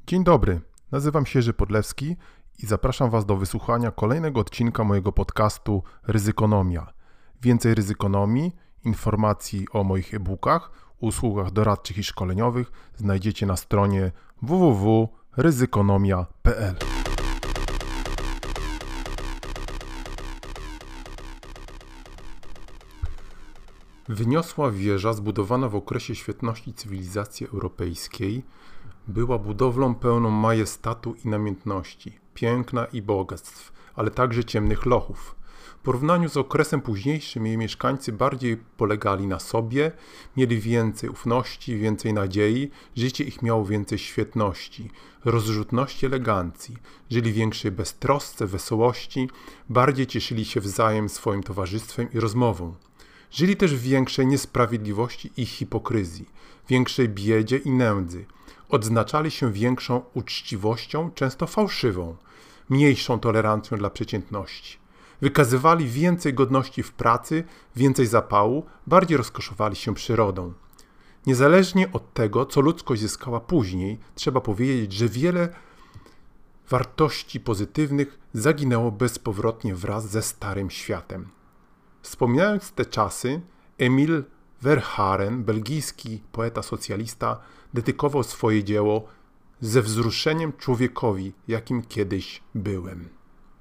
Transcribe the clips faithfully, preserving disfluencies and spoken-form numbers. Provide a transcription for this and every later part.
Dzień dobry, nazywam się Jerzy Podlewski i zapraszam Was do wysłuchania kolejnego odcinka mojego podcastu Ryzykonomia. Więcej ryzykonomii, informacji o moich e-bookach, usługach doradczych i szkoleniowych znajdziecie na stronie w w w kropka ryzykonomia kropka p l. Wyniosła wieża zbudowana w okresie świetności cywilizacji europejskiej była budowlą pełną majestatu i namiętności, piękna i bogactw, ale także ciemnych lochów. W porównaniu z okresem późniejszym jej mieszkańcy bardziej polegali na sobie, mieli więcej ufności, więcej nadziei, życie ich miało więcej świetności, rozrzutności, elegancji, żyli większej beztrosce, wesołości, bardziej cieszyli się wzajem swoim towarzystwem i rozmową. Żyli też w większej niesprawiedliwości i hipokryzji, większej biedzie i nędzy. Odznaczali się większą uczciwością, często fałszywą, mniejszą tolerancją dla przeciętności. Wykazywali więcej godności w pracy, więcej zapału, bardziej rozkoszowali się przyrodą. Niezależnie od tego, co ludzkość zyskała później, trzeba powiedzieć, że wiele wartości pozytywnych zaginęło bezpowrotnie wraz ze Starym Światem. Wspominając te czasy, Emil Verhaeren, belgijski poeta-socjalista, dedykował swoje dzieło ze wzruszeniem człowiekowi, jakim kiedyś byłem.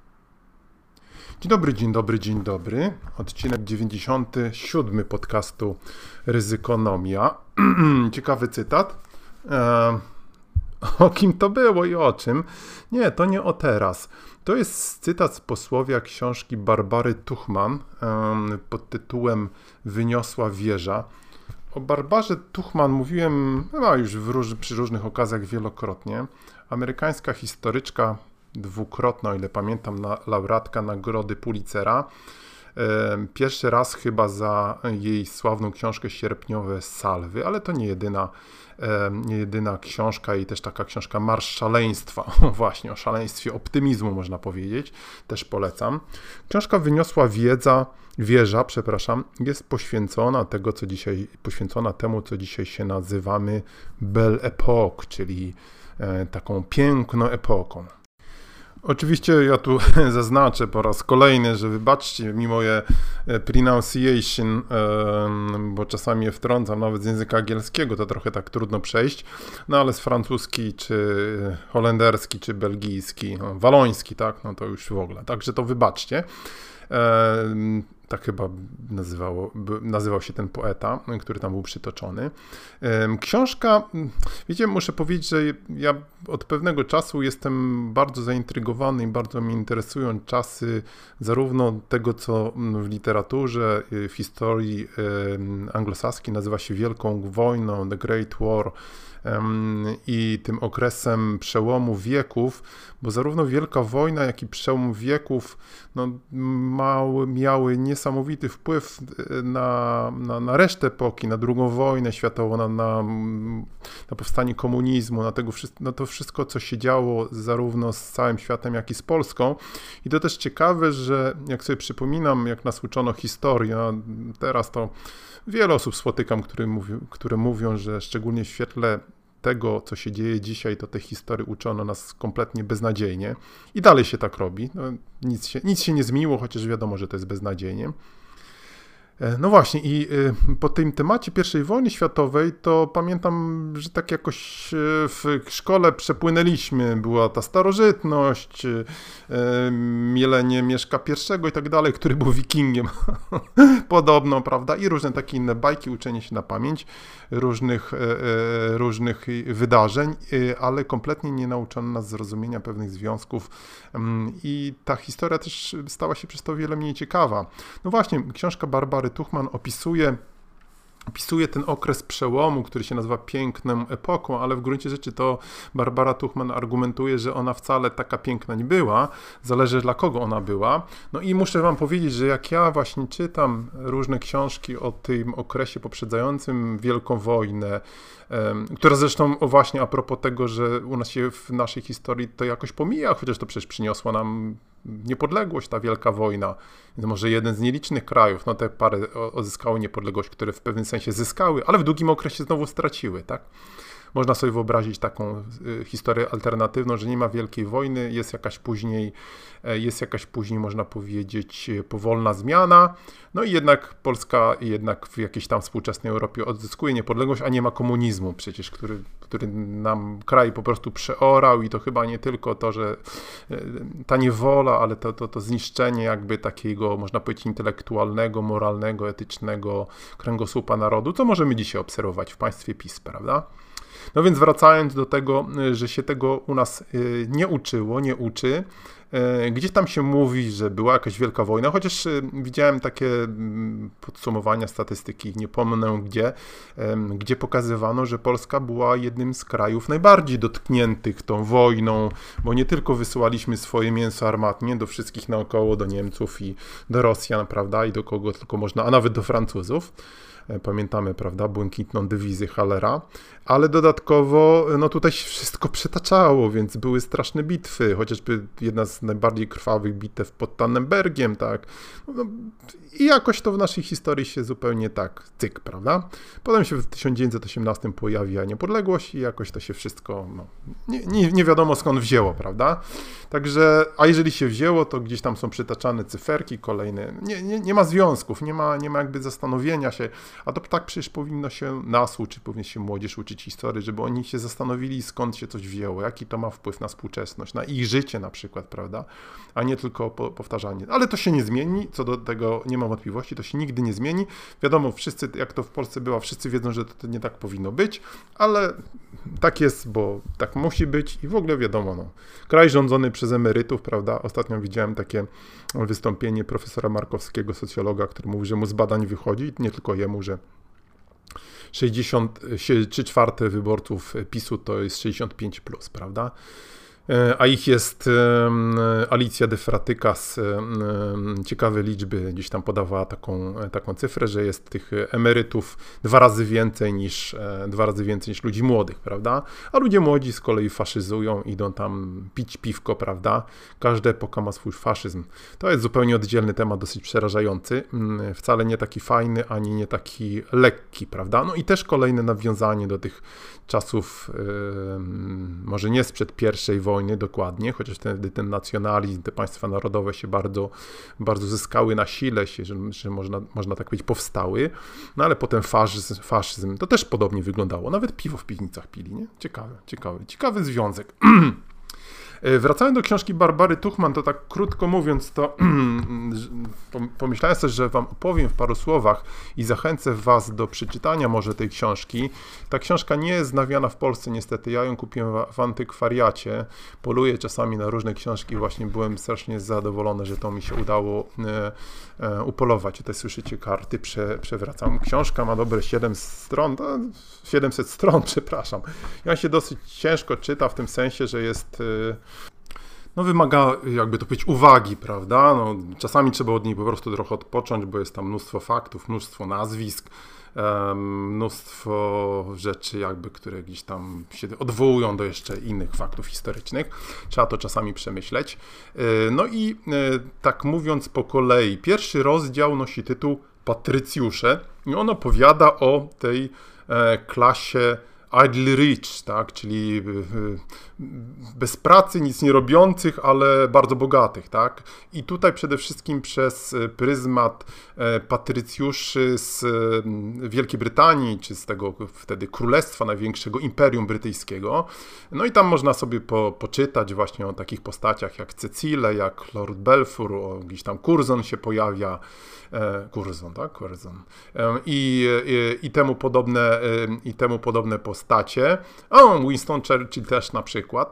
Dzień dobry, dzień dobry, dzień dobry. Odcinek dziewięćdziesiąty siódmy podcastu Ryzykonomia. Ciekawy cytat. Eee, o kim to było i o czym? Nie, to nie o teraz. To jest cytat z posłowia książki Barbary Tuchman um, pod tytułem Wyniosła wieża. O Barbarze Tuchman mówiłem chyba już w róż, przy różnych okazjach wielokrotnie. Amerykańska historyczka, dwukrotna, o ile pamiętam, na, laureatka Nagrody Pulitzera. E, pierwszy raz chyba za jej sławną książkę Sierpniowe salwy, ale to nie jedyna, e, nie jedyna książka i też taka książka Marsz szaleństwa. O, właśnie, o szaleństwie optymizmu można powiedzieć. Też polecam. Książka Wyniosła wiedza, wieża, przepraszam, jest poświęcona tego, co dzisiaj, poświęcona temu, co dzisiaj się nazywamy Belle Époque, czyli e, taką piękną epoką. Oczywiście ja tu zaznaczę po raz kolejny, że wybaczcie mi moje pronunciation, bo czasami je wtrącam nawet z języka angielskiego, to trochę tak trudno przejść, no ale z francuski, czy holenderski, czy belgijski, no, waloński, tak, no to już w ogóle, także to wybaczcie. Tak chyba nazywało, nazywał się ten poeta, który tam był przytoczony. Książka, wiecie, muszę powiedzieć, że ja od pewnego czasu jestem bardzo zaintrygowany i bardzo mnie interesują czasy zarówno tego, co w literaturze, w historii anglosaskiej nazywa się Wielką Wojną, The Great War, i tym okresem przełomu wieków, bo zarówno Wielka Wojna, jak i przełom wieków no, mały, miały niesamowity wpływ na, na, na resztę epoki, na drugą wojnę światową, na, na, na powstanie komunizmu, na, tego, na to wszystko, co się działo zarówno z całym światem, jak i z Polską. I to też ciekawe, że jak sobie przypominam, jak nas uczono historii, a teraz to wiele osób spotykam, które, mówi, które mówią, że szczególnie w świetle tego, co się dzieje dzisiaj, to te historie uczono nas kompletnie beznadziejnie. I dalej się tak robi. No, nic, się, nic się nie zmieniło, chociaż wiadomo, że to jest beznadziejnie. No właśnie i po tym temacie pierwszej wojny światowej to pamiętam, że tak jakoś w szkole przepłynęliśmy, była ta starożytność, mielenie Mieszka I i tak dalej, który był wikingiem podobno, prawda, i różne takie inne bajki, uczenie się na pamięć różnych, różnych wydarzeń, ale kompletnie nie nauczono nas zrozumienia pewnych związków i ta historia też stała się przez to wiele mniej ciekawa. No właśnie, książka Barbary Tuchman opisuje, opisuje ten okres przełomu, który się nazywa piękną epoką, ale w gruncie rzeczy to Barbara Tuchman argumentuje, że ona wcale taka piękna nie była, zależy dla kogo ona była. No i muszę wam powiedzieć, że jak ja właśnie czytam różne książki o tym okresie poprzedzającym Wielką Wojnę, um, która zresztą o właśnie a propos tego, że u nas się w naszej historii to jakoś pomija, chociaż to przecież przyniosła nam niepodległość, ta Wielka Wojna. Więc może jeden z nielicznych krajów, no te parę odzyskały niepodległość, które w pewnym sensie zyskały, ale w długim okresie znowu straciły, tak? Można sobie wyobrazić taką y, historię alternatywną, że nie ma wielkiej wojny, jest jakaś później, y, jest jakaś później, można powiedzieć, powolna zmiana, no i jednak Polska jednak w jakiejś tam współczesnej Europie odzyskuje niepodległość, a nie ma komunizmu przecież, który, który nam kraj po prostu przeorał i to chyba nie tylko to, że y, ta niewola, ale to, to, to zniszczenie jakby takiego, można powiedzieć, intelektualnego, moralnego, etycznego kręgosłupa narodu, co możemy dzisiaj obserwować w państwie PiS, prawda? No więc wracając do tego, że się tego u nas nie uczyło, nie uczy, gdzieś tam się mówi, że była jakaś wielka wojna, chociaż widziałem takie podsumowania, statystyki, nie pomnę gdzie, gdzie pokazywano, że Polska była jednym z krajów najbardziej dotkniętych tą wojną, bo nie tylko wysyłaliśmy swoje mięso armatnie do wszystkich naokoło, do Niemców i do Rosjan, prawda, i do kogo tylko można, a nawet do Francuzów. Pamiętamy, prawda, błękitną dywizję Hallera, ale dodatkowo, no tutaj się wszystko przytaczało, więc były straszne bitwy, chociażby jedna z najbardziej krwawych bitew pod Tannenbergiem, tak, no, i jakoś to w naszej historii się zupełnie tak cyk, prawda. Potem się w tysiąc dziewięćset osiemnastym pojawia niepodległość i jakoś to się wszystko, no, nie, nie, nie wiadomo skąd wzięło, prawda. Także, a jeżeli się wzięło, to gdzieś tam są przytaczane cyferki kolejne, nie, nie, nie ma związków, nie ma, nie ma jakby zastanowienia się, a to tak przecież powinno się nas uczyć, powinien się młodzież uczyć historii, żeby oni się zastanowili, skąd się coś wzięło, jaki to ma wpływ na współczesność, na ich życie na przykład, prawda, a nie tylko po, powtarzanie. Ale to się nie zmieni, co do tego nie ma wątpliwości, to się nigdy nie zmieni. Wiadomo, wszyscy, jak to w Polsce było, wszyscy wiedzą, że to nie tak powinno być, ale tak jest, bo tak musi być i w ogóle wiadomo, no, kraj rządzony przez emerytów, prawda, ostatnio widziałem takie wystąpienie profesora Markowskiego, socjologa, który mówi, że mu z badań wychodzi, nie tylko jemu, że sześćdziesiąt trzy czwarte wyborców PiSu to jest sześćdziesiąt pięć plus, prawda? A ich jest Alicja de Fratyka z ciekawej liczby, gdzieś tam podawała taką, taką cyfrę, że jest tych emerytów dwa razy więcej niż dwa razy więcej niż ludzi młodych, prawda? A ludzie młodzi z kolei faszyzują, idą tam pić piwko, prawda? Każda epoka ma swój faszyzm. To jest zupełnie oddzielny temat, dosyć przerażający, wcale nie taki fajny, ani nie taki lekki, prawda? No i też kolejne nawiązanie do tych czasów, może nie sprzed pierwszej wojny, wojny dokładnie, chociaż wtedy ten nacjonalizm, te państwa narodowe się bardzo, bardzo zyskały na sile się, że, że można, można tak powiedzieć, powstały, no ale potem faszyzm, faszyzm, to też podobnie wyglądało, nawet piwo w piwnicach pili, nie? Ciekawy, ciekawy, ciekawy związek. Wracając do książki Barbary Tuchman, to tak krótko mówiąc, to pomyślałem sobie, że wam opowiem w paru słowach i zachęcę was do przeczytania może tej książki. Ta książka nie jest znawiana w Polsce niestety, ja ją kupiłem w antykwariacie, poluję czasami na różne książki, właśnie byłem strasznie zadowolony, że to mi się udało upolować. Tutaj słyszycie karty, prze, przewracam. Książka ma dobre siedem stron, siedemset stron, przepraszam. I on się dosyć ciężko czyta w tym sensie, że jest... No wymaga, jakby to powiedzieć, uwagi, prawda? No, czasami trzeba od niej po prostu trochę odpocząć, bo jest tam mnóstwo faktów, mnóstwo nazwisk, mnóstwo rzeczy jakby, które gdzieś tam się odwołują do jeszcze innych faktów historycznych. Trzeba to czasami przemyśleć. No i tak mówiąc po kolei, pierwszy rozdział nosi tytuł Patrycjusze i on opowiada o tej klasie idle rich, tak, czyli bez pracy, nic nie robiących, ale bardzo bogatych, tak. I tutaj przede wszystkim przez pryzmat patrycjuszy z Wielkiej Brytanii, czy z tego wtedy królestwa największego imperium brytyjskiego. No i tam można sobie po, poczytać właśnie o takich postaciach jak Cecile, jak Lord Balfour, o gdzieś tam Curzon się pojawia, Curzon, tak, Curzon. I, i, i temu podobne, i temu podobne postacie. O, Winston Churchill też na przykład.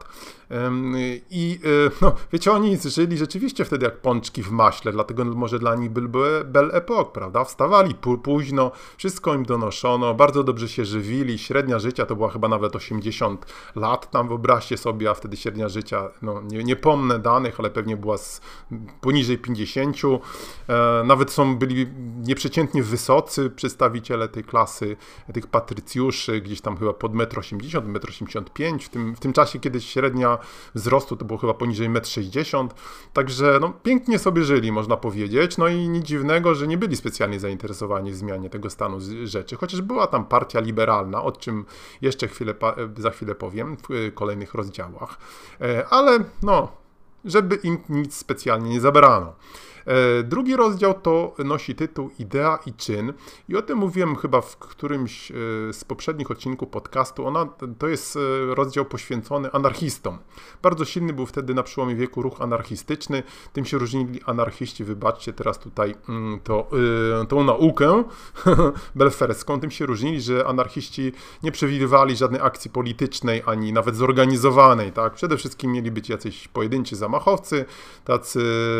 I no, wiecie, oni żyli rzeczywiście wtedy jak pączki w maśle, dlatego może dla nich był belle époque, prawda? Wstawali późno, wszystko im donoszono, bardzo dobrze się żywili, średnia życia to była chyba nawet osiemdziesiąt lat, tam wyobraźcie sobie, a wtedy średnia życia, no nie, nie pomnę danych, ale pewnie była z, poniżej pięćdziesięciu, e, nawet są byli nieprzeciętnie wysocy przedstawiciele tej klasy, tych patrycjuszy, gdzieś tam chyba pod metr osiemdziesiąt, metr osiemdziesiąt pięć, w tym, w tym czasie, kiedyś średnia wzrostu to było chyba poniżej metr sześćdziesiąt, także no, pięknie sobie żyli, można powiedzieć, no i nic dziwnego, że nie byli specjalnie zainteresowani w zmianie tego stanu rzeczy, chociaż była tam partia liberalna, o czym jeszcze chwilę, za chwilę powiem w kolejnych rozdziałach, ale no, żeby im nic specjalnie nie zabrano. Drugi rozdział to nosi tytuł Idea i czyn i o tym mówiłem chyba w którymś z poprzednich odcinków podcastu. Ona, to jest rozdział poświęcony anarchistom. Bardzo silny był wtedy na przełomie wieku ruch anarchistyczny. Tym się różnili anarchiści, wybaczcie teraz tutaj to, tą naukę belferską. Tym się różnili, że anarchiści nie przewidywali żadnej akcji politycznej, ani nawet zorganizowanej. Tak? Przede wszystkim mieli być jacyś pojedynczy zamachowcy, tacy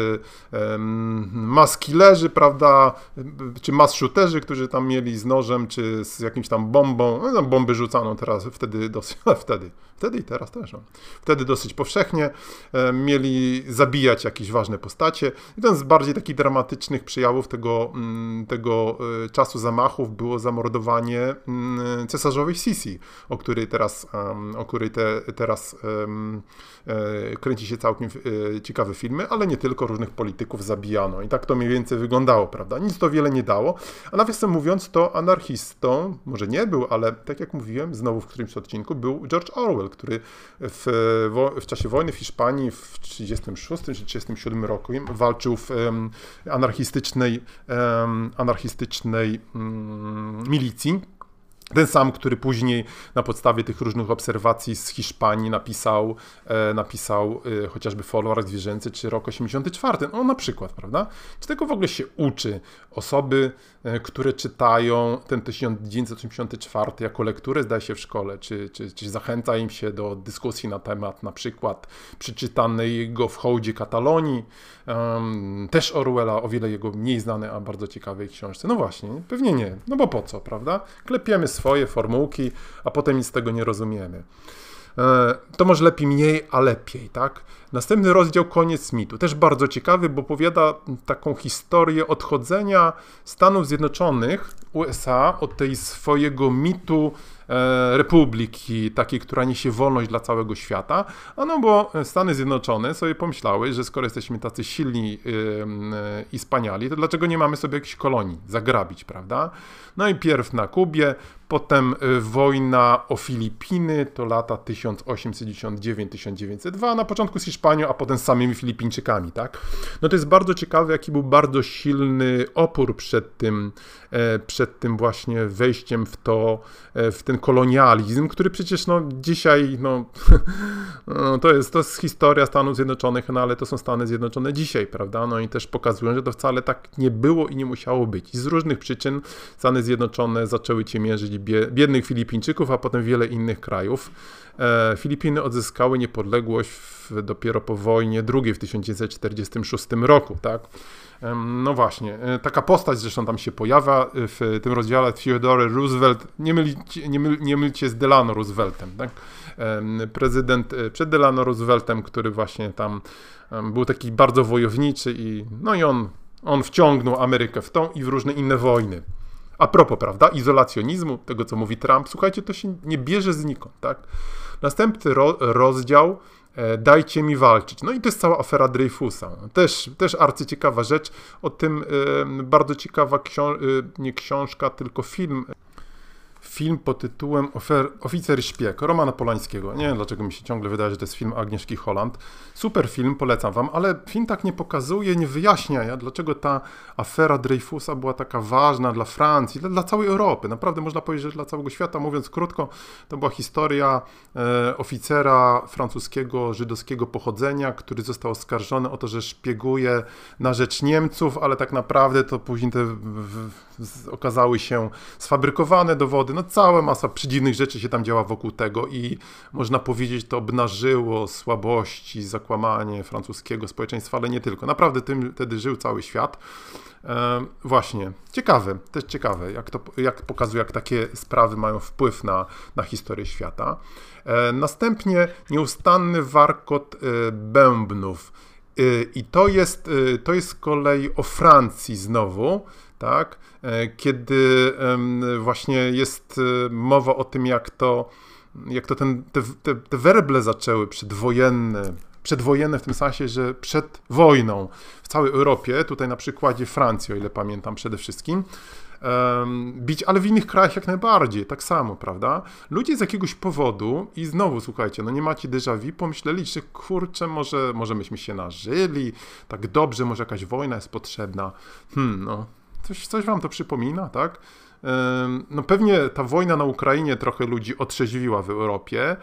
um, maskillerzy, prawda, czy mass-shooterzy, którzy tam mieli z nożem, czy z jakimś tam bombą, no, bomby rzucano teraz, wtedy dosyć, wtedy, wtedy i teraz też, no. Wtedy dosyć powszechnie e, mieli zabijać jakieś ważne postacie. Jeden z bardziej takich dramatycznych przejawów tego, m, tego e, czasu zamachów było zamordowanie m, cesarzowej Sisi, o której teraz, um, o której te, teraz um, e, kręci się całkiem e, ciekawe filmy, ale nie tylko, różnych polityków zabijano. I tak to mniej więcej wyglądało, prawda? Nic to wiele nie dało. A nawiasem mówiąc, to anarchistą, może nie był, ale tak jak mówiłem, znowu w którymś odcinku, był George Orwell, który w, w czasie wojny w Hiszpanii w trzydziestym szóstym czy trzydziestym siódmym roku walczył w um, anarchistycznej, um, anarchistycznej um, milicji. Ten sam, który później na podstawie tych różnych obserwacji z Hiszpanii napisał, e, napisał e, chociażby Folwark zwierzęcy czy Rok osiemdziesiąty czwarty. No na przykład, prawda? Czy tego w ogóle się uczy osoby, e, które czytają ten tysiąc dziewięćset osiemdziesiąty czwarty jako lekturę, zdaje się w szkole, czy, czy, czy zachęca im się do dyskusji na temat na przykład przeczytanego w hołdzie Katalonii, um, też Orwella, o wiele jego mniej znanej, a bardzo ciekawej książce. No właśnie, pewnie nie, no bo po co, prawda? Klepiemy swoje formułki, a potem nic z tego nie rozumiemy. To może lepiej mniej, a lepiej, tak? Następny rozdział, Koniec mitu. Też bardzo ciekawy, bo opowiada taką historię odchodzenia Stanów Zjednoczonych, U S A, od tej swojego mitu e, republiki, takiej, która niesie wolność dla całego świata. A no bo Stany Zjednoczone sobie pomyślały, że skoro jesteśmy tacy silni yy, yy, i wspaniali, to dlaczego nie mamy sobie jakichś kolonii zagrabić, prawda? No i pierw na Kubie, potem y, wojna o Filipiny, to lata tysiąc osiemset dziewięćdziesiąt dziewięć do tysiąc dziewięćset dwa, na początku z Hiszpanią, a potem z samymi Filipińczykami, tak? No to jest bardzo ciekawe, jaki był bardzo silny opór przed tym, e, przed tym właśnie wejściem w to, e, w ten kolonializm, który przecież no dzisiaj, no, no to jest, to jest historia Stanów Zjednoczonych, no ale to są Stany Zjednoczone dzisiaj, prawda? No i też pokazują, że to wcale tak nie było i nie musiało być. I z różnych przyczyn Stany Zjednoczone zaczęły ciemiężyć biednych Filipińczyków, a potem wiele innych krajów. Filipiny odzyskały niepodległość w, dopiero po wojnie drugiej w tysiąc dziewięćset czterdziestym szóstym roku, tak? No właśnie, taka postać zresztą tam się pojawia w tym rozdziale, Theodore Roosevelt, nie mylcie, nie myl, nie mylcie z Delano Rooseveltem, tak? Prezydent przed Delano Rooseveltem, który właśnie tam był taki bardzo wojowniczy i no i on, on wciągnął Amerykę w tą i w różne inne wojny. A propos, prawda, izolacjonizmu, tego co mówi Trump, słuchajcie, to się nie bierze znikąd, tak? Następny ro rozdział, e, Dajcie mi walczyć. No i to jest cała afera Dreyfusa. Też, też arcyciekawa rzecz, o tym e, bardzo ciekawa, książ e, nie książka, tylko film. Film pod tytułem Oficer Szpieg, Romana Polańskiego. Nie wiem, dlaczego mi się ciągle wydaje, że to jest film Agnieszki Holland. Super film, polecam wam, ale film tak nie pokazuje, nie wyjaśnia, dlaczego ta afera Dreyfusa była taka ważna dla Francji, dla, dla całej Europy. Naprawdę można powiedzieć, że dla całego świata. Mówiąc krótko, to była historia e, oficera francuskiego, żydowskiego pochodzenia, który został oskarżony o to, że szpieguje na rzecz Niemców, ale tak naprawdę to później te w, w, w, okazały się sfabrykowane dowody. No cała masa przedziwnych rzeczy się tam działa wokół tego i można powiedzieć, to obnażyło słabości, zakłamanie francuskiego społeczeństwa, ale nie tylko. Naprawdę tym wtedy żył cały świat. E, właśnie, ciekawe, też ciekawe, jak to jak pokazuje, jak takie sprawy mają wpływ na, na historię świata. E, następnie nieustanny warkot e, bębnów. E, I to jest, e, to jest z kolei o Francji znowu, tak? Kiedy właśnie jest mowa o tym, jak to jak to ten, te, te, te werble zaczęły przedwojenne, przedwojenne w tym sensie, że przed wojną w całej Europie, tutaj na przykładzie Francji, o ile pamiętam przede wszystkim, um, bić, ale w innych krajach jak najbardziej, tak samo, prawda? Ludzie z jakiegoś powodu i znowu, słuchajcie, no nie macie déjà vu, pomyśleli, że kurczę, może, może myśmy się nażyli, tak dobrze, może jakaś wojna jest potrzebna. Hmm, no, coś, coś wam to przypomina, tak? No pewnie ta wojna na Ukrainie trochę ludzi otrzeźwiła w Europie.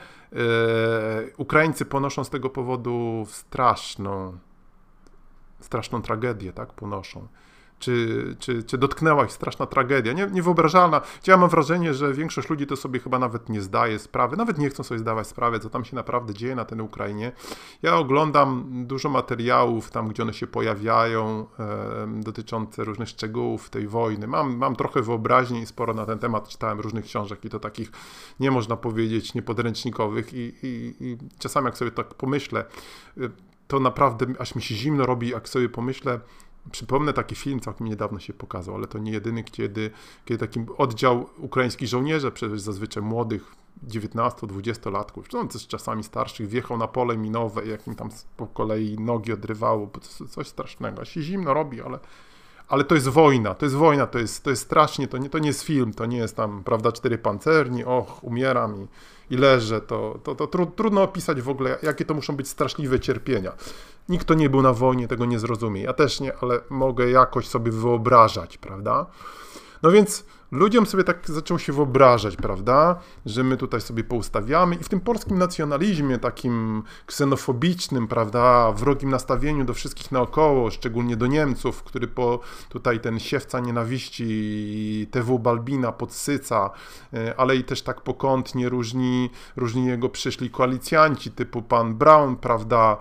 Ukraińcy ponoszą z tego powodu straszną, straszną tragedię, tak, ponoszą. Czy, czy, czy dotknęła ich straszna tragedia, nie, niewyobrażalna. Ja mam wrażenie, że większość ludzi to sobie chyba nawet nie zdaje sprawy, nawet nie chcą sobie zdawać sprawy, co tam się naprawdę dzieje na tej Ukrainie. Ja oglądam dużo materiałów tam, gdzie one się pojawiają, e, dotyczące różnych szczegółów tej wojny. Mam, mam trochę wyobraźni i sporo na ten temat czytałem różnych książek i to takich, nie można powiedzieć, niepodręcznikowych i, i, i czasami jak sobie tak pomyślę, to naprawdę aż mi się zimno robi, jak sobie pomyślę. Przypomnę taki film, całkiem niedawno się pokazał, ale to nie jedyny, kiedy, kiedy taki oddział ukraińskich żołnierzy, przecież zazwyczaj młodych, dziewiętnasto-dwudziestolatków, no też czasami starszych, wjechał na pole minowe, jak im tam po kolei nogi odrywało, bo to coś strasznego. A się zimno robi, ale, ale to jest wojna, to jest wojna, to jest, to jest strasznie, to nie, to nie jest film, to nie jest tam, prawda, cztery pancerni, och, umieram i, i leżę, to, to, to tru, trudno opisać w ogóle, jakie to muszą być straszliwe cierpienia. Nikt, kto nie był na wojnie, tego nie zrozumie. Ja też nie, ale mogę jakoś sobie wyobrażać, prawda? No więc ludziom sobie tak zaczęło się wyobrażać, prawda, że my tutaj sobie poustawiamy i w tym polskim nacjonalizmie takim ksenofobicznym, prawda, wrogim nastawieniu do wszystkich naokoło, szczególnie do Niemców, który po tutaj ten siewca nienawiści T W Balbina podsyca, ale i też tak pokątnie różni, różni jego przyszli koalicjanci typu pan Braun, prawda,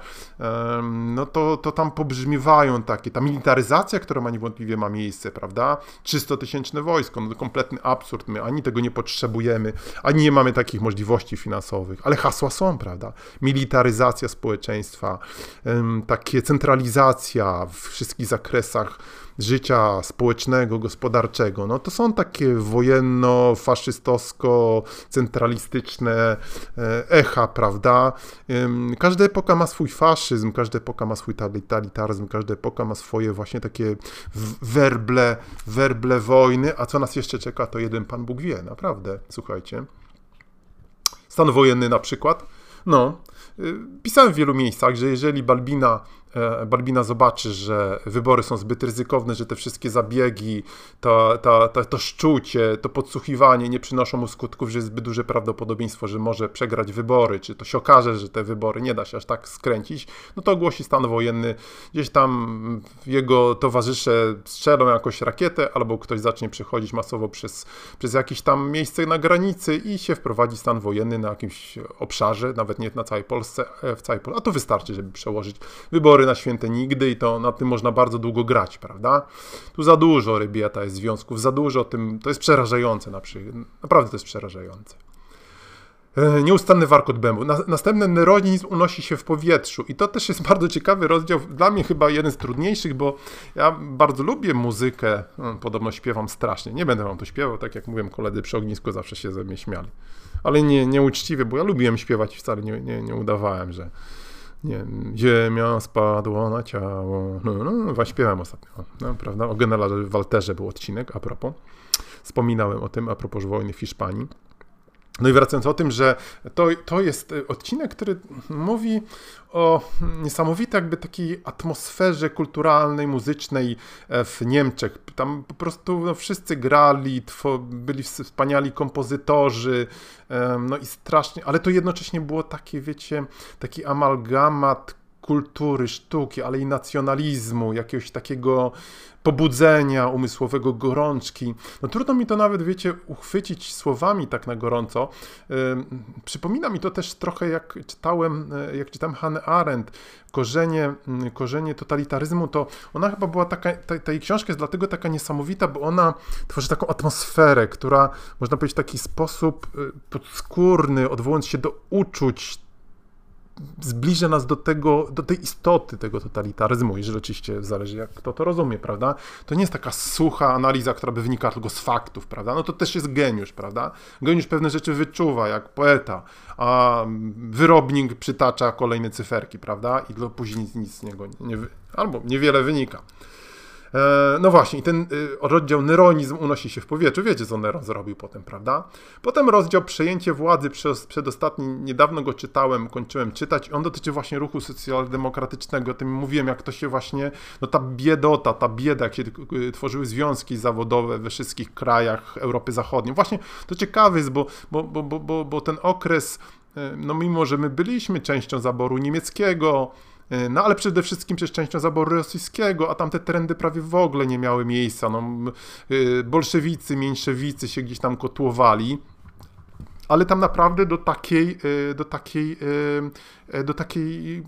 no to, to tam pobrzmiewają takie, ta militaryzacja, która ma niewątpliwie ma miejsce, prawda, trzystotysięczne wojsko, no kompletny absurd, my ani tego nie potrzebujemy, ani nie mamy takich możliwości finansowych, ale hasła są, prawda? Militaryzacja społeczeństwa, takie centralizacja w wszystkich zakresach życia społecznego, gospodarczego, no to są takie wojenno-faszystowsko-centralistyczne echa, prawda? Każda epoka ma swój faszyzm, każda epoka ma swój totalitaryzm, każda epoka ma swoje właśnie takie werble, werble wojny, a co nas jeszcze czeka, to jeden Pan Bóg wie, naprawdę, słuchajcie. Stan wojenny na przykład, no, pisałem w wielu miejscach, że jeżeli Balbina Balbina zobaczy, że wybory są zbyt ryzykowne, że te wszystkie zabiegi, to, to, to, to szczucie, to podsłuchiwanie nie przynoszą mu skutków, że jest zbyt duże prawdopodobieństwo, że może przegrać wybory, czy to się okaże, że te wybory nie da się aż tak skręcić, no to ogłosi stan wojenny, gdzieś tam jego towarzysze strzelą jakąś rakietę, albo ktoś zacznie przechodzić masowo przez, przez jakieś tam miejsce na granicy i się wprowadzi stan wojenny na jakimś obszarze, nawet nie na całej Polsce, w całej Polsce, a to wystarczy, żeby przełożyć wybory na święte nigdy i to na tym można bardzo długo grać, prawda? Tu za dużo, Rybieta, jest związków, za dużo tym, to jest przerażające, na przykład. Naprawdę to jest przerażające. Nieustanny warkot bębu. Następny neronizm unosi się w powietrzu i to też jest bardzo ciekawy rozdział, dla mnie chyba jeden z trudniejszych, bo ja bardzo lubię muzykę, podobno śpiewam strasznie, nie będę wam to śpiewał, tak jak mówiłem, koledzy przy ognisku zawsze się ze mnie śmiali, ale nie, nieuczciwie, bo ja lubiłem śpiewać i wcale nie, nie, nie udawałem, że nie, ziemia spadła na ciało, no, no, śpiewałem ostatnio, no, prawda, o generale Walterze był odcinek, a propos, wspominałem o tym, a propos wojny w Hiszpanii. No i wracając o tym, że to, to jest odcinek, który mówi o niesamowitej jakby takiej atmosferze kulturalnej, muzycznej w Niemczech. Tam po prostu no, wszyscy grali, two, byli wspaniali kompozytorzy, no i strasznie, ale to jednocześnie było takie, wiecie, taki amalgamat kultury, sztuki, ale i nacjonalizmu, jakiegoś takiego pobudzenia umysłowego, gorączki. No trudno mi to nawet, wiecie, uchwycić słowami tak na gorąco. Yy, przypomina mi to też trochę, jak czytałem, jak czytałem Hannah Arendt, korzenie, korzenie totalitaryzmu, to ona chyba była taka, ta, ta jej książka jest dlatego taka niesamowita, bo ona tworzy taką atmosferę, która, można powiedzieć, w taki sposób podskórny, odwołując się do uczuć zbliża nas do tego, do tej istoty tego totalitaryzmu, jeżeli oczywiście zależy, jak kto to rozumie, prawda? To nie jest taka sucha analiza, która by wynikała tylko z faktów, prawda? No to też jest geniusz, prawda? Geniusz pewne rzeczy wyczuwa, jak poeta, a wyrobnik przytacza kolejne cyferki, prawda? I do później nic, nic z niego nie, nie, albo niewiele wynika. No właśnie, i ten rozdział neronizm unosi się w powietrzu. Wiecie, co Neron zrobił potem, prawda? Potem rozdział przejęcie władzy przez przedostatni, niedawno go czytałem, kończyłem czytać i on dotyczy właśnie ruchu socjaldemokratycznego. O tym mówiłem, jak to się właśnie, no ta biedota, ta bieda, jak się tworzyły związki zawodowe we wszystkich krajach Europy Zachodniej. Właśnie to ciekawe jest, bo, bo, bo, bo, bo, bo ten okres, no mimo, że my byliśmy częścią zaboru niemieckiego, no ale przede wszystkim przez częścią zaboru rosyjskiego, a tamte trendy prawie w ogóle nie miały miejsca. No, bolszewicy, mieńszewicy się gdzieś tam kotłowali, ale tam naprawdę do takiej, do takiej, do takiej,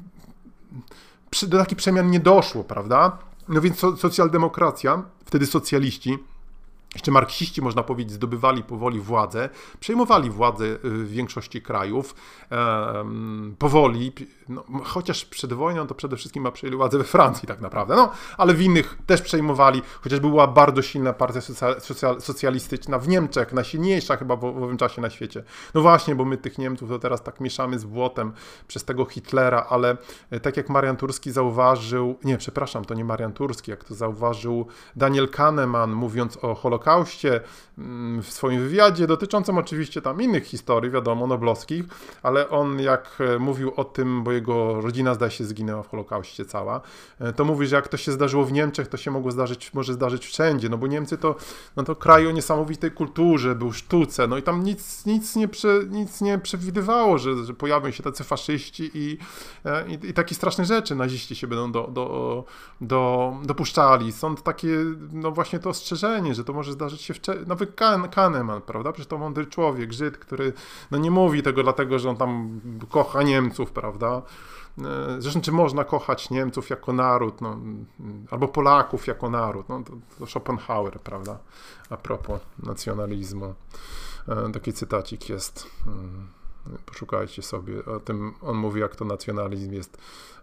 do takich przemian nie doszło, prawda? No więc socjaldemokracja, wtedy socjaliści, jeszcze marksiści, można powiedzieć, zdobywali powoli władzę, przejmowali władzę w większości krajów, e, powoli, no, chociaż przed wojną to przede wszystkim przejęli władzę we Francji tak naprawdę, no, ale w innych też przejmowali, chociaż była bardzo silna partia socjal, socjal, socjalistyczna w Niemczech, najsilniejsza chyba w, w owym czasie na świecie. No właśnie, bo my tych Niemców to teraz tak mieszamy z błotem przez tego Hitlera, ale tak jak Marian Turski zauważył, nie, przepraszam, to nie Marian Turski, jak to zauważył Daniel Kahneman, mówiąc o Holokauście, w swoim wywiadzie, dotyczącym oczywiście tam innych historii, wiadomo, noblowskich, ale on jak mówił o tym, bo jego rodzina zdaje się zginęła w Holokauście cała, to mówi, że jak to się zdarzyło w Niemczech, to się mogło zdarzyć, może zdarzyć wszędzie, no bo Niemcy to, no to kraj o niesamowitej kulturze, był sztuce, no i tam nic, nic, nie, prze, nic nie przewidywało, że, że pojawią się tacy faszyści i, i, i takie straszne rzeczy naziści się będą do, do, do, dopuszczali. Są takie, no właśnie to ostrzeżenie, że to może zdarzyć się wcześniej, nawet Kahneman, prawda? Przecież to mądry człowiek, Żyd, który no nie mówi tego dlatego, że on tam kocha Niemców, prawda? Zresztą czy można kochać Niemców jako naród, no, albo Polaków jako naród, no, to, to Schopenhauer, prawda? A propos nacjonalizmu. Taki cytacik jest, poszukajcie sobie, o tym on mówi, jak to nacjonalizm jest,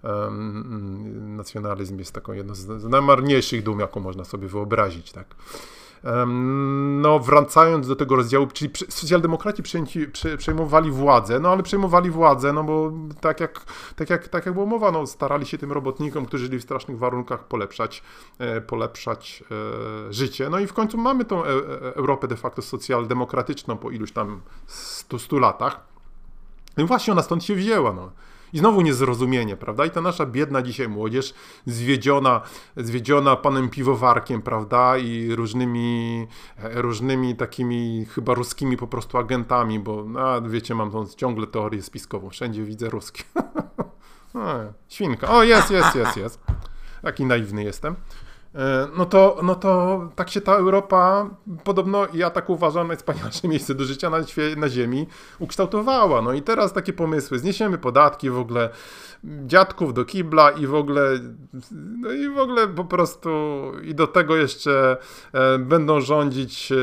um, nacjonalizm jest taką jedną z najmarniejszych dum, jaką można sobie wyobrazić, tak? No, wracając do tego rozdziału, czyli socjaldemokraci przejęci, przy, przejmowali władzę, no ale przejmowali władzę, no bo tak jak, tak jak, tak jak było mowa, no, starali się tym robotnikom, którzy żyli w strasznych warunkach, polepszać, e, polepszać e, życie. No i w końcu mamy tą e, e, Europę de facto socjaldemokratyczną po iluś tam stu, stu latach. No i właśnie ona stąd się wzięła, no. I znowu niezrozumienie, prawda? I ta nasza biedna dzisiaj młodzież, zwiedziona, zwiedziona panem piwowarkiem, prawda? I różnymi, różnymi takimi chyba ruskimi po prostu agentami, bo a, wiecie, mam tą ciągle teorię spiskową. Wszędzie widzę ruski. No, świnka. O, jest, jest, jest, jest. Jaki naiwny jestem. No to, no to tak się ta Europa, podobno ja tak uważam, najwspanialsze miejsce do życia na, na ziemi ukształtowała. No i teraz takie pomysły, zniesiemy podatki w ogóle, dziadków do kibla i w ogóle, no i w ogóle po prostu i do tego jeszcze e, będą rządzić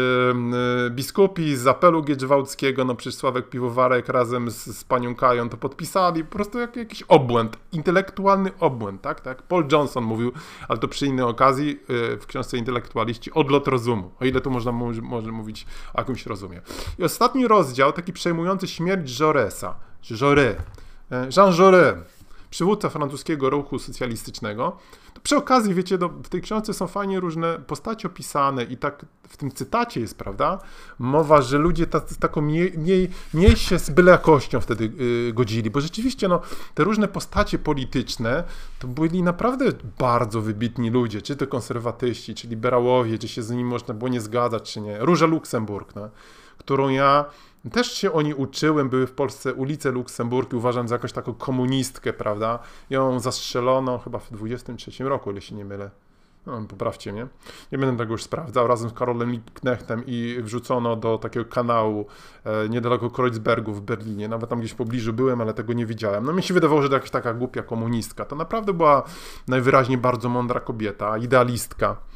e, biskupi z apelu giedrzwałckiego, no przecież Sławek Piwowarek razem z, z panią Kają to podpisali, po prostu jak, jakiś obłęd, intelektualny obłęd, tak, tak? Paul Johnson mówił, ale to przy innej okazji, w książce Intelektualiści, odlot rozumu, o ile tu można może mówić o jakimś rozumie. I ostatni rozdział, taki przejmujący śmierć Jaurèsa, Jaurès, Jean Jaurès, przywódca francuskiego ruchu socjalistycznego. To przy okazji, wiecie, no, w tej książce są fajnie różne postacie opisane i tak w tym cytacie jest, prawda, mowa, że ludzie ta, taką mniej, mniej, mniej się z byle jakością wtedy yy, godzili, bo rzeczywiście no, te różne postacie polityczne to byli naprawdę bardzo wybitni ludzie, czy to konserwatyści, czy liberałowie, czy się z nimi można było nie zgadzać, czy nie. Róża Luksemburg, no, którą ja też się o niej uczyłem, były w Polsce ulice Luksemburg i uważam za jakąś taką komunistkę, prawda? Ją zastrzelono chyba w dwudziestym trzecim roku, ile się nie mylę. No, poprawcie mnie. Nie będę tego już sprawdzał. Razem z Karolem Liebknechtem i wrzucono do takiego kanału e, niedaleko Kreuzbergu w Berlinie. Nawet tam gdzieś w pobliżu byłem, ale tego nie widziałem. No mi się wydawało, że to jakaś taka głupia komunistka. To naprawdę była najwyraźniej bardzo mądra kobieta, idealistka.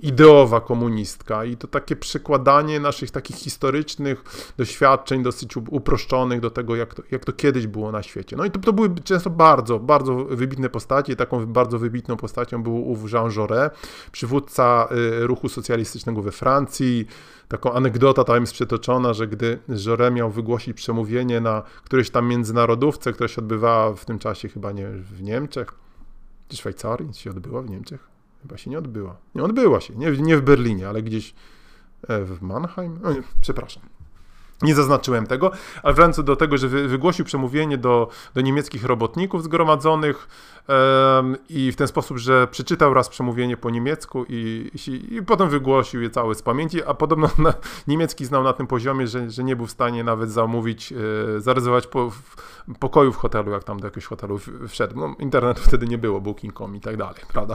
ideowa komunistka i to takie przekładanie naszych takich historycznych doświadczeń dosyć uproszczonych do tego, jak to, jak to kiedyś było na świecie. No i to, to były często bardzo, bardzo wybitne postacie. Taką bardzo wybitną postacią był ów Jean Jaurès, przywódca ruchu socjalistycznego we Francji. Taką anegdota tam jest przytoczona, że gdy Jaurès miał wygłosić przemówienie na którejś tam międzynarodówce, która się odbywała w tym czasie chyba nie w Niemczech, czy Szwajcarii, się odbyła w Niemczech? Chyba się nie odbyła. Nie odbyła się, nie, nie w Berlinie, ale gdzieś w Mannheim. No nie, przepraszam. Nie zaznaczyłem tego, ale wracając do tego, że wygłosił przemówienie do, do niemieckich robotników zgromadzonych um, i w ten sposób, że przeczytał raz przemówienie po niemiecku i, i, i potem wygłosił je całe z pamięci, a podobno na, niemiecki znał na tym poziomie, że, że nie był w stanie nawet zamówić, e, zarezerwować po, w, pokoju w hotelu, jak tam do jakiegoś hotelu wszedł. No, internetu wtedy nie było, booking kropka com i tak dalej, prawda?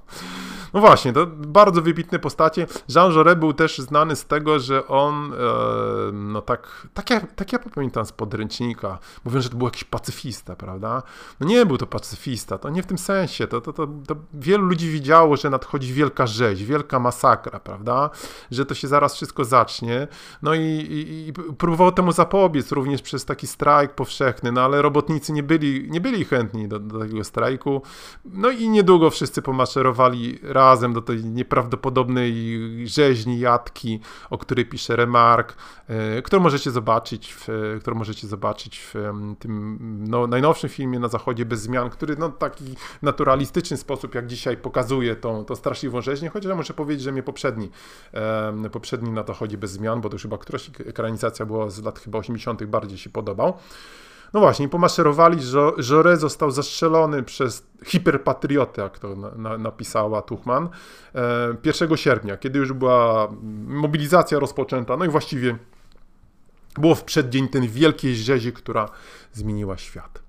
No właśnie, to bardzo wybitne postacie. Jean Jaurès był też znany z tego, że on, e, no tak, tak ja, tak ja pamiętam z podręcznika, mówią, że to był jakiś pacyfista, prawda? No nie był to pacyfista, to nie w tym sensie, to, to, to, to wielu ludzi widziało, że nadchodzi wielka rzeź, wielka masakra, prawda? Że to się zaraz wszystko zacznie, no i, i, i próbował temu zapobiec również przez taki strajk powszechny, no ale robotnicy nie byli, nie byli chętni do, do takiego strajku, no i niedługo wszyscy pomaszerowali razem do tej nieprawdopodobnej rzeźni, jatki, o której pisze Remarque, e, którą możecie zobaczyć, w, którą możecie zobaczyć w tym no, najnowszym filmie Na zachodzie bez zmian, który no taki naturalistyczny sposób, jak dzisiaj pokazuje tą, tą straszliwą rzeźnię, chociaż ja muszę powiedzieć, że mnie poprzedni, e, poprzedni Na zachodzie bez zmian, bo to już chyba któraś ekranizacja była z lat chyba osiemdziesiątych bardziej się podobał. No właśnie, pomaszerowali, że Jaurès został zastrzelony przez hiperpatriotę, jak to na, na, napisała Tuchman, e, pierwszego sierpnia, kiedy już była mobilizacja rozpoczęta, no i właściwie było w przeddzień tej wielkiej rzezi, która zmieniła świat.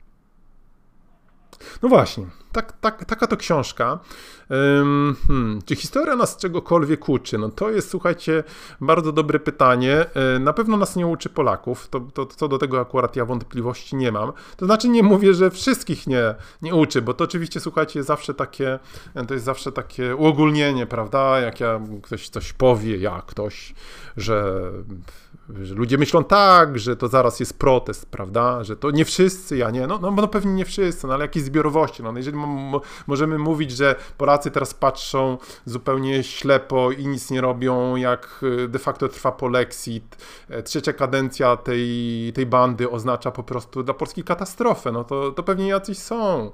No właśnie, tak, tak, taka to książka. Um, hmm, czy historia nas czegokolwiek uczy? No to jest, słuchajcie, bardzo dobre pytanie. Na pewno nas nie uczy Polaków, to, to, co do tego akurat ja wątpliwości nie mam. To znaczy nie mówię, że wszystkich nie, nie uczy, bo to oczywiście, słuchajcie, zawsze takie, to jest zawsze takie uogólnienie, prawda? Jak ja, ktoś coś powie, ja ktoś, że, że ludzie myślą tak, że to zaraz jest protest, prawda? Że to nie wszyscy, ja nie, no, no, no pewnie nie wszyscy, no ale jakieś zbiorowości, no jeżeli możemy mówić, że Polacy teraz patrzą zupełnie ślepo i nic nie robią, jak de facto trwa polexit, trzecia kadencja tej, tej bandy oznacza po prostu dla Polski katastrofę, no to, to pewnie jacyś są,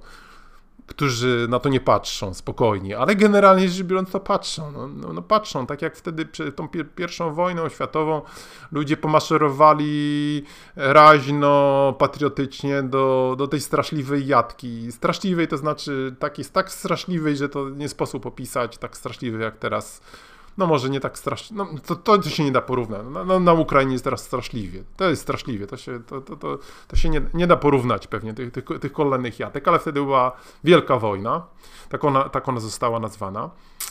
którzy na to nie patrzą spokojnie, ale generalnie rzecz biorąc to patrzą, no, no, no patrzą, tak jak wtedy przed tą pier pierwszą wojną światową ludzie pomaszerowali raźno, patriotycznie do, do tej straszliwej jatki. Straszliwej to znaczy tak, jest tak straszliwej, że to nie sposób opisać, tak straszliwej jak teraz. No może nie tak strasznie, no to, to, to się nie da porównać. No, no, na Ukrainie jest teraz straszliwie, to jest straszliwie, to się, to, to, to, to się nie, nie da porównać pewnie tych, tych, tych kolejnych jatek, ale wtedy była wielka wojna, tak ona, tak ona została nazwana.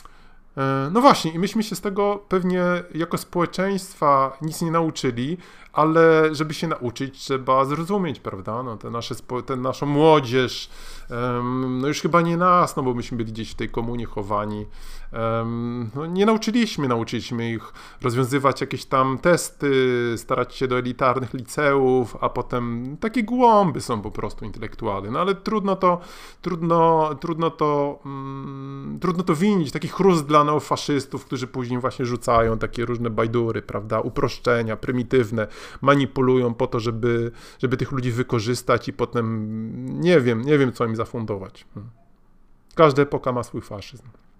No właśnie, i myśmy się z tego pewnie jako społeczeństwa nic nie nauczyli, ale żeby się nauczyć, trzeba zrozumieć, prawda, no te nasze, tę naszą młodzież, um, no już chyba nie nas, no bo myśmy byli gdzieś w tej komunie chowani, um, no nie nauczyliśmy, nauczyliśmy ich rozwiązywać jakieś tam testy, starać się do elitarnych liceów, a potem takie głąby są po prostu intelektualne, no ale trudno to, trudno, trudno to, um, trudno to winić, taki chrust dla neofaszystów, którzy później właśnie rzucają takie różne bajdury, prawda, uproszczenia, prymitywne, manipulują po to, żeby, żeby tych ludzi wykorzystać i potem nie wiem, nie wiem, co im zafundować. Każda epoka ma swój faszyzm.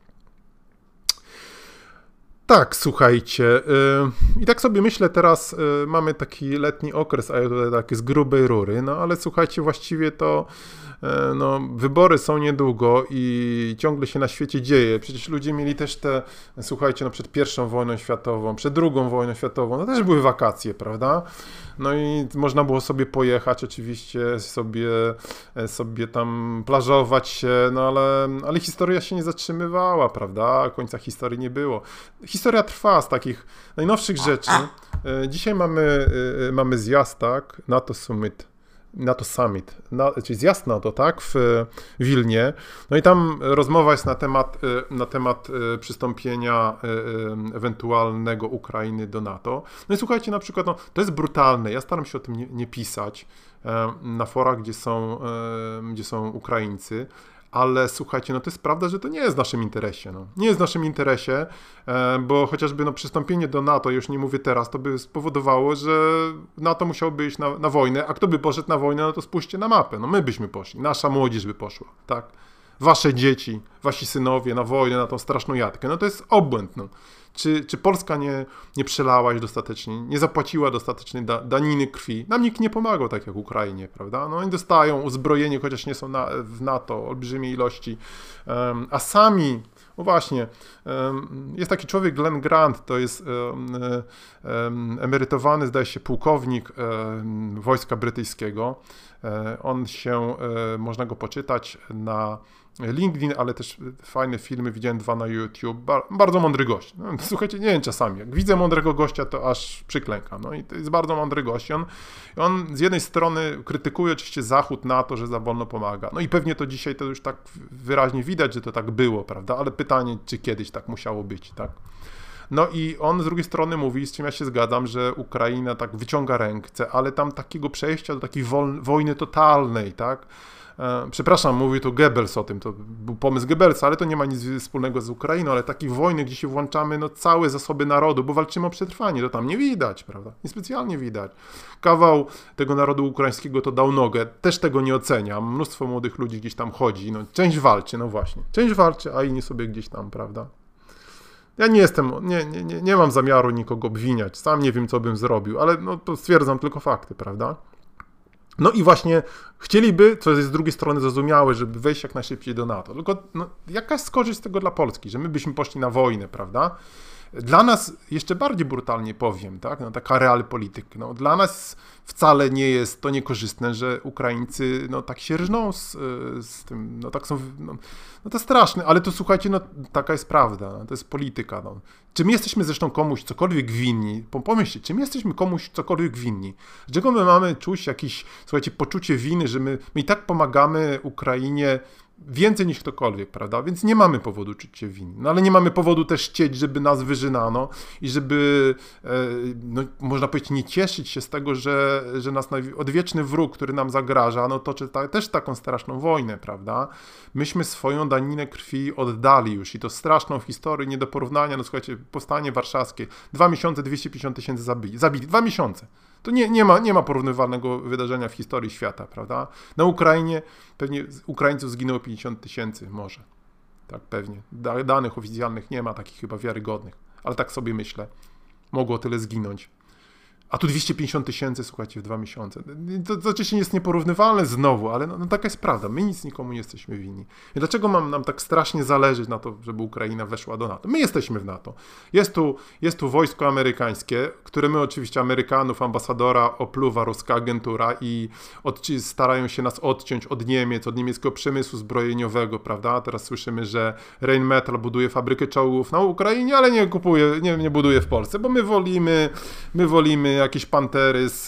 Tak, słuchajcie, yy, i tak sobie myślę teraz, yy, mamy taki letni okres, a ja tutaj tak z grubej rury, no ale słuchajcie, właściwie to yy, no, wybory są niedługo i ciągle się na świecie dzieje. Przecież ludzie mieli też te, słuchajcie, no przed pierwszą wojną światową, przed drugą wojną światową, no też były wakacje, prawda? No i można było sobie pojechać, oczywiście sobie, sobie tam plażować się, no ale, ale historia się nie zatrzymywała, prawda? Końca historii nie było. Historia trwa z takich najnowszych rzeczy. Dzisiaj mamy, mamy zjazd, tak? NATO Summit NATO Summit, na, czyli zjazd NATO, tak, w Wilnie. No i tam rozmowa jest na temat, na temat przystąpienia ewentualnego Ukrainy do NATO. No i słuchajcie, na przykład, no, to jest brutalne, ja staram się o tym nie, nie pisać na forach, gdzie są, gdzie są Ukraińcy, ale słuchajcie, no to jest prawda, że to nie jest w naszym interesie. No. Nie jest w naszym interesie, bo chociażby no, przystąpienie do NATO, już nie mówię teraz, to by spowodowało, że NATO musiałoby iść na, na wojnę, a kto by poszedł na wojnę, no to spójrzcie na mapę. No my byśmy poszli, nasza młodzież by poszła, tak? Wasze dzieci, wasi synowie na wojnę, na tą straszną jatkę. No to jest obłęd. No. Czy, czy Polska nie, nie przelałaś dostatecznie, nie zapłaciła dostatecznej da, daniny krwi? Nam nikt nie pomagał, tak jak Ukrainie, prawda? No oni dostają uzbrojenie, chociaż nie są na, w NATO, olbrzymie ilości, um, a sami, no właśnie, um, jest taki człowiek, Glenn Grant, to jest um, um, emerytowany, zdaje się, pułkownik um, wojska brytyjskiego. Um, on się, um, można go poczytać na LinkedIn, ale też fajne filmy, widziałem dwa na YouTube, bardzo mądry gość. No, słuchajcie, nie wiem, czasami, jak widzę mądrego gościa, to aż przyklękam. No i to jest bardzo mądry gość. On, on z jednej strony krytykuje oczywiście Zachód na to, że za wolno pomaga. No i pewnie to dzisiaj to już tak wyraźnie widać, że to tak było, prawda? Ale pytanie, czy kiedyś tak musiało być, tak? No i on z drugiej strony mówi, z czym ja się zgadzam, że Ukraina tak wyciąga ręce, ale tam takiego przejścia do takiej wojny totalnej, tak? Przepraszam, mówi tu Goebbels o tym, to był pomysł Goebbelsa, ale to nie ma nic wspólnego z Ukrainą, ale takiej wojny, gdzie się włączamy no, całe zasoby narodu, bo walczymy o przetrwanie, to tam nie widać, prawda? Niespecjalnie widać. Kawał tego narodu ukraińskiego to dał nogę, też tego nie oceniam, mnóstwo młodych ludzi gdzieś tam chodzi, no, część walczy, no właśnie, część walczy, a inni sobie gdzieś tam, prawda? Ja nie jestem, nie, nie, nie, nie mam zamiaru nikogo obwiniać, sam nie wiem, co bym zrobił, ale no, to stwierdzam tylko fakty, prawda? No i właśnie chcieliby, co jest z drugiej strony zrozumiałe, żeby wejść jak najszybciej do NATO. Tylko no, jaka jest korzyść z tego dla Polski, że my byśmy poszli na wojnę, prawda? Dla nas, jeszcze bardziej brutalnie powiem, tak? No, taka realpolityk, no, dla nas wcale nie jest to niekorzystne, że Ukraińcy no, tak się rżną z, z tym, no tak są, no, no to straszne, ale to słuchajcie, no taka jest prawda, no, to jest polityka. No. Czy my jesteśmy zresztą komuś cokolwiek winni? Pomyślcie, czy my jesteśmy komuś cokolwiek winni? Dlaczego my mamy czuć jakieś, słuchajcie, poczucie winy, że my, my i tak pomagamy Ukrainie więcej niż ktokolwiek, prawda? Więc nie mamy powodu czuć się winni. No ale nie mamy powodu też chcieć, żeby nas wyżynano i żeby, e, no, można powiedzieć, nie cieszyć się z tego, że, że nas odwieczny wróg, który nam zagraża, no toczy ta, też taką straszną wojnę, prawda? Myśmy swoją daninę krwi oddali już i to straszną w historii, nie do porównania, no słuchajcie, powstanie warszawskie, dwa miesiące, dwieście pięćdziesiąt tysięcy zabili, zabili, dwa miesiące. To nie, nie, ma, nie ma porównywalnego wydarzenia w historii świata, prawda? Na Ukrainie pewnie Ukraińców zginęło pięćdziesiąt tysięcy, może. Tak, pewnie. Da, danych oficjalnych nie ma, takich chyba wiarygodnych. Ale tak sobie myślę. Mogło tyle zginąć. A tu dwieście pięćdziesiąt tysięcy, słuchajcie, w dwa miesiące. To, to oczywiście jest nieporównywalne znowu, ale no, no taka jest prawda. My nic nikomu nie jesteśmy winni. I dlaczego mam nam tak strasznie zależeć na to, żeby Ukraina weszła do NATO? My jesteśmy w NATO. Jest tu, jest tu wojsko amerykańskie, które my oczywiście Amerykanów, ambasadora opluwa ruska agentura i od, starają się nas odciąć od Niemiec, od niemieckiego przemysłu zbrojeniowego, prawda? Teraz słyszymy, że Rheinmetall buduje fabrykę czołgów na Ukrainie, ale nie kupuje, nie, nie buduje w Polsce, bo my wolimy, my wolimy jakieś pantery z,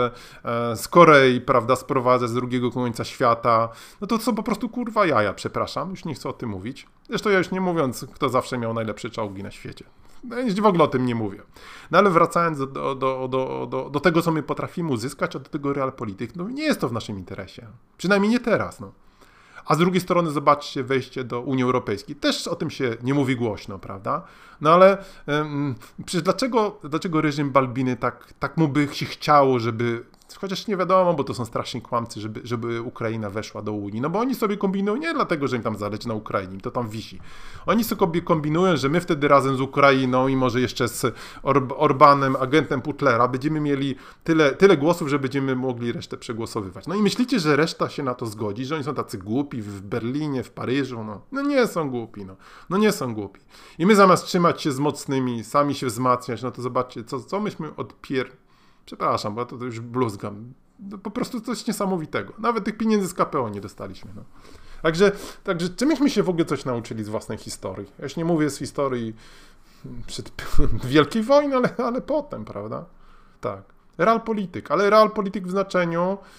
z Korei, prawda, sprowadzać z drugiego końca świata. No to są po prostu kurwa jaja, przepraszam, już nie chcę o tym mówić. Zresztą ja już nie mówiąc, kto zawsze miał najlepsze czołgi na świecie. No, w ogóle o tym nie mówię. No ale wracając do, do, do, do, do, do tego, co my potrafimy uzyskać, a do tego realpolityk, no nie jest to w naszym interesie. Przynajmniej nie teraz, no. A z drugiej strony zobaczcie wejście do Unii Europejskiej. Też o tym się nie mówi głośno, prawda? No ale um, przecież dlaczego, dlaczego reżim Balbiny tak, tak mu by się chciało, żeby, chociaż nie wiadomo, bo to są straszni kłamcy, żeby, żeby Ukraina weszła do Unii. No bo oni sobie kombinują nie dlatego, że im tam zależy na Ukrainie, to tam wisi. Oni sobie kombinują, że my wtedy razem z Ukrainą i może jeszcze z Or- Orbanem, agentem Putlera, będziemy mieli tyle, tyle głosów, że będziemy mogli resztę przegłosowywać. No i myślicie, że reszta się na to zgodzi, że oni są tacy głupi w Berlinie, w Paryżu? No, no nie są głupi, no. No nie są głupi. I my zamiast trzymać się z mocnymi, sami się wzmacniać, no to zobaczcie, co, co myśmy odpier... Przepraszam, bo to, to już bluzgam. No, po prostu coś niesamowitego. Nawet tych pieniędzy z K P O nie dostaliśmy. No. Także, także czy myśmy się w ogóle coś nauczyli z własnej historii? Ja już nie mówię z historii przed Wielkiej Wojny, ale, ale potem, prawda? Tak. Realpolityk, ale realpolityk w znaczeniu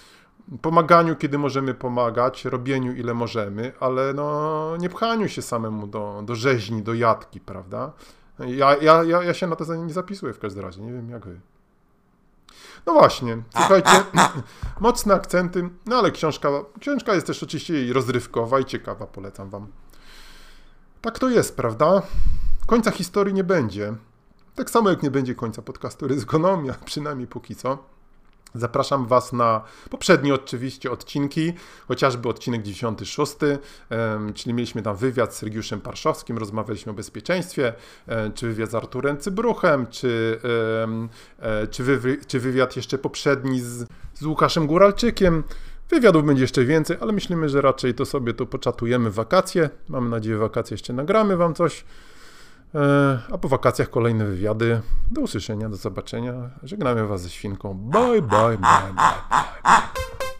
pomaganiu, kiedy możemy pomagać, robieniu ile możemy, ale no nie pchaniu się samemu do, do rzeźni, do jatki, prawda? Ja, ja, ja, ja się na to nie zapisuję w każdym razie, nie wiem jak wy. No właśnie, słuchajcie, mocne akcenty, no ale książka, książka jest też oczywiście rozrywkowa i ciekawa, polecam wam. Tak to jest, prawda? Końca historii nie będzie. Tak samo jak nie będzie końca podcastu Ryzykonomia, przynajmniej póki co. Zapraszam was na poprzednie oczywiście odcinki, chociażby odcinek dziewięćdziesiąty szósty, czyli mieliśmy tam wywiad z Sergiuszem Parszowskim, rozmawialiśmy o bezpieczeństwie, czy wywiad z Arturem Cybruchem, czy, czy, wy, czy wywiad jeszcze poprzedni z, z Łukaszem Góralczykiem. Wywiadów będzie jeszcze więcej, ale myślimy, że raczej to sobie tu poczatujemy w wakacje. Mamy nadzieję, że w wakacje jeszcze nagramy wam coś. A po wakacjach kolejne wywiady. Do usłyszenia, do zobaczenia. Żegnamy was ze Świnką. Bye, bye, bye, bye, bye.